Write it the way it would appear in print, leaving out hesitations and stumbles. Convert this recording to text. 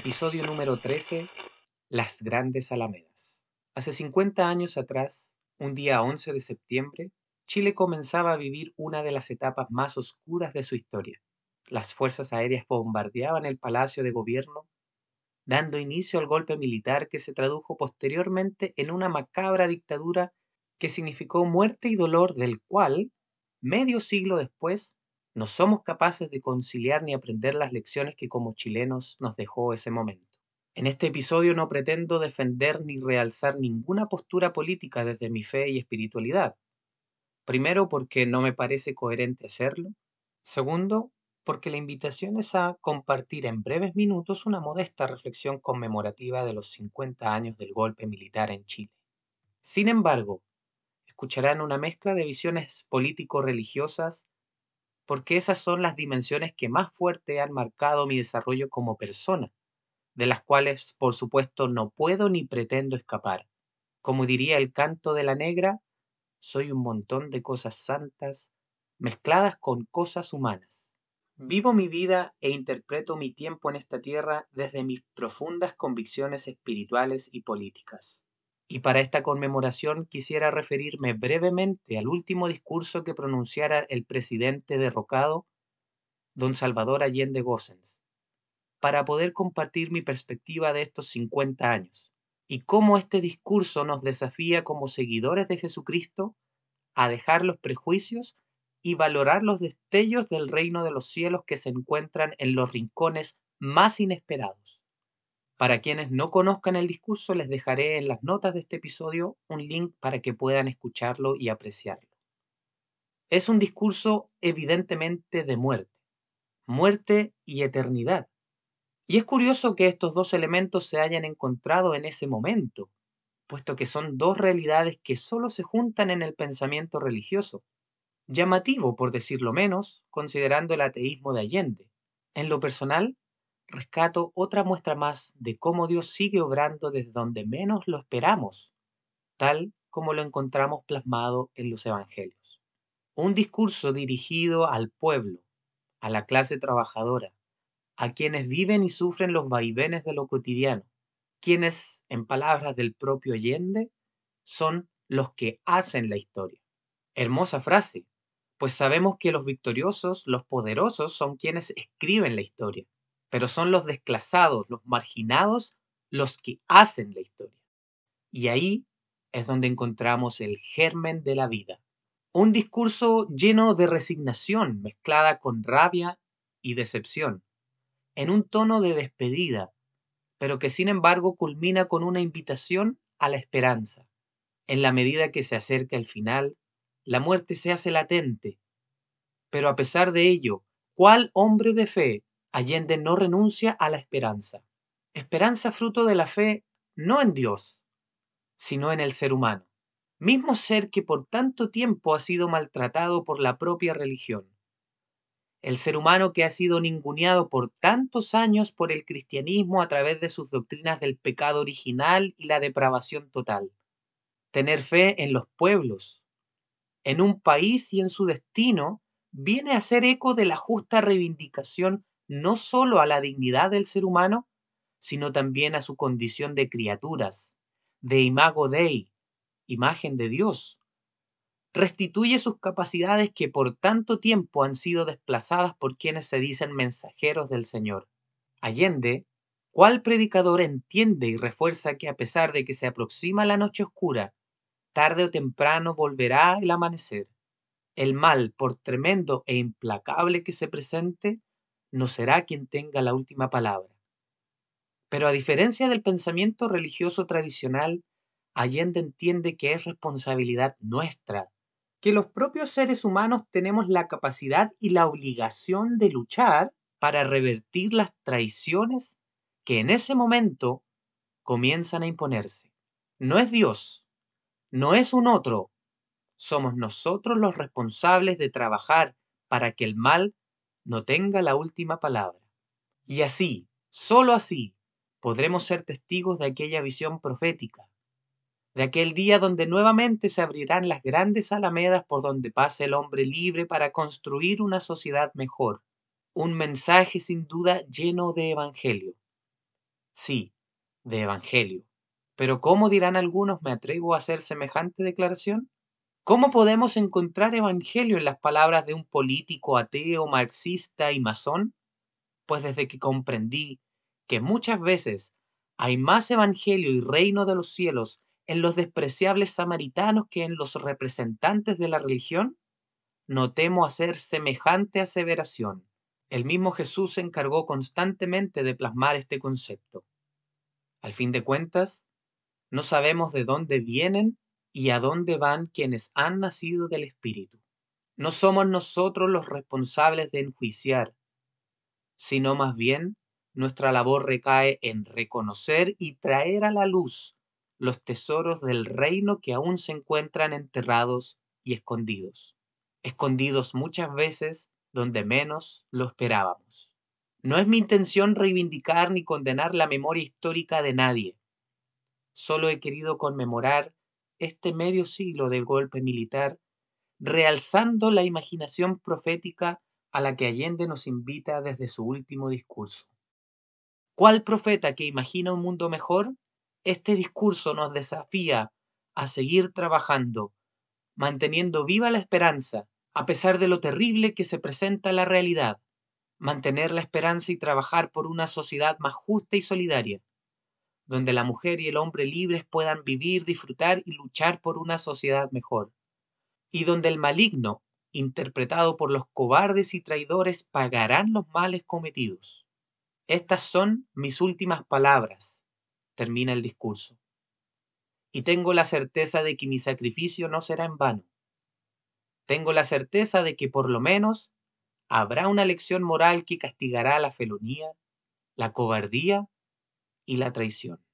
Episodio número 13. Las grandes alamedas. Hace 50 años atrás, un día 11 de septiembre, Chile comenzaba a vivir una de las etapas más oscuras de su historia. Las fuerzas aéreas bombardeaban el Palacio de Gobierno, dando inicio al golpe militar que se tradujo posteriormente en una macabra dictadura que significó muerte y dolor del cual, medio siglo después, no somos capaces de conciliar ni aprender las lecciones que como chilenos nos dejó ese momento. En este episodio no pretendo defender ni realzar ninguna postura política desde mi fe y espiritualidad. Primero, porque no me parece coherente hacerlo. Segundo, porque la invitación es a compartir en breves minutos una modesta reflexión conmemorativa de los 50 años del golpe militar en Chile. Sin embargo, escucharán una mezcla de visiones político-religiosas porque esas son las dimensiones que más fuerte han marcado mi desarrollo como persona, de las cuales, por supuesto, no puedo ni pretendo escapar. Como diría el canto de la negra, soy un montón de cosas santas mezcladas con cosas humanas. Vivo mi vida e interpreto mi tiempo en esta tierra desde mis profundas convicciones espirituales y políticas. Y para esta conmemoración quisiera referirme brevemente al último discurso que pronunciara el presidente derrocado, don Salvador Allende Gossens, para poder compartir mi perspectiva de estos 50 años y cómo este discurso nos desafía como seguidores de Jesucristo a dejar los prejuicios y valorar los destellos del reino de los cielos que se encuentran en los rincones más inesperados. Para quienes no conozcan el discurso, les dejaré en las notas de este episodio un link para que puedan escucharlo y apreciarlo. Es un discurso evidentemente de muerte y eternidad. Y es curioso que estos dos elementos se hayan encontrado en ese momento, puesto que son dos realidades que solo se juntan en el pensamiento religioso. Llamativo, por decirlo menos, considerando el ateísmo de Allende. En lo personal, rescato otra muestra más de cómo Dios sigue obrando desde donde menos lo esperamos, tal como lo encontramos plasmado en los evangelios. Un discurso dirigido al pueblo, a la clase trabajadora, a quienes viven y sufren los vaivenes de lo cotidiano, quienes, en palabras del propio Allende, son los que hacen la historia. Hermosa frase, pues sabemos que los victoriosos, los poderosos, son quienes escriben la historia, pero son los desclasados, los marginados, los que hacen la historia. Y ahí es donde encontramos el germen de la vida. Un discurso lleno de resignación mezclada con rabia y decepción, en un tono de despedida, pero que sin embargo culmina con una invitación a la esperanza. En la medida que se acerca el final, la muerte se hace latente, pero a pesar de ello, ¿cuál hombre de fe Allende no renuncia a la esperanza? Esperanza fruto de la fe no en Dios, sino en el ser humano, mismo ser que por tanto tiempo ha sido maltratado por la propia religión. El ser humano que ha sido ninguneado por tantos años por el cristianismo a través de sus doctrinas del pecado original y la depravación total. Tener fe en los pueblos, en un país y en su destino, viene a ser eco de la justa reivindicación no solo a la dignidad del ser humano, sino también a su condición de criaturas, de imago Dei, imagen de Dios. Restituye sus capacidades que por tanto tiempo han sido desplazadas por quienes se dicen mensajeros del Señor. Allende, ¿cuál predicador entiende y refuerza que a pesar de que se aproxima la noche oscura, tarde o temprano volverá el amanecer? El mal, por tremendo e implacable que se presente, no será quien tenga la última palabra. Pero a diferencia del pensamiento religioso tradicional, Allende entiende que es responsabilidad nuestra, que los propios seres humanos tenemos la capacidad y la obligación de luchar para revertir las traiciones que en ese momento comienzan a imponerse. No es Dios, no es un otro, somos nosotros los responsables de trabajar para que el mal no tenga la última palabra. Y así, solo así, podremos ser testigos de aquella visión profética, de aquel día donde nuevamente se abrirán las grandes alamedas por donde pase el hombre libre para construir una sociedad mejor. Un mensaje sin duda lleno de evangelio. Sí, de evangelio. Pero ¿cómo dirán algunos me atrevo a hacer semejante declaración? ¿Cómo podemos encontrar evangelio en las palabras de un político ateo, marxista y masón? Pues desde que comprendí que muchas veces hay más evangelio y reino de los cielos en los despreciables samaritanos que en los representantes de la religión, no temo hacer semejante aseveración. El mismo Jesús se encargó constantemente de plasmar este concepto. Al fin de cuentas, no sabemos de dónde vienen y a dónde van quienes han nacido del Espíritu. No somos nosotros los responsables de enjuiciar, sino más bien nuestra labor recae en reconocer y traer a la luz los tesoros del reino que aún se encuentran enterrados y escondidos muchas veces donde menos lo esperábamos. No es mi intención reivindicar ni condenar la memoria histórica de nadie. Solo he querido conmemorar este medio siglo del golpe militar, realzando la imaginación profética a la que Allende nos invita desde su último discurso. ¿Cuál profeta que imagina un mundo mejor? Este discurso nos desafía a seguir trabajando, manteniendo viva la esperanza, a pesar de lo terrible que se presenta en la realidad. Mantener la esperanza y trabajar por una sociedad más justa y solidaria, donde la mujer y el hombre libres puedan vivir, disfrutar y luchar por una sociedad mejor, y donde el maligno, interpretado por los cobardes y traidores, pagarán los males cometidos. Estas son mis últimas palabras, termina el discurso, y tengo la certeza de que mi sacrificio no será en vano. Tengo la certeza de que por lo menos habrá una lección moral que castigará la felonía, la cobardía y la traición.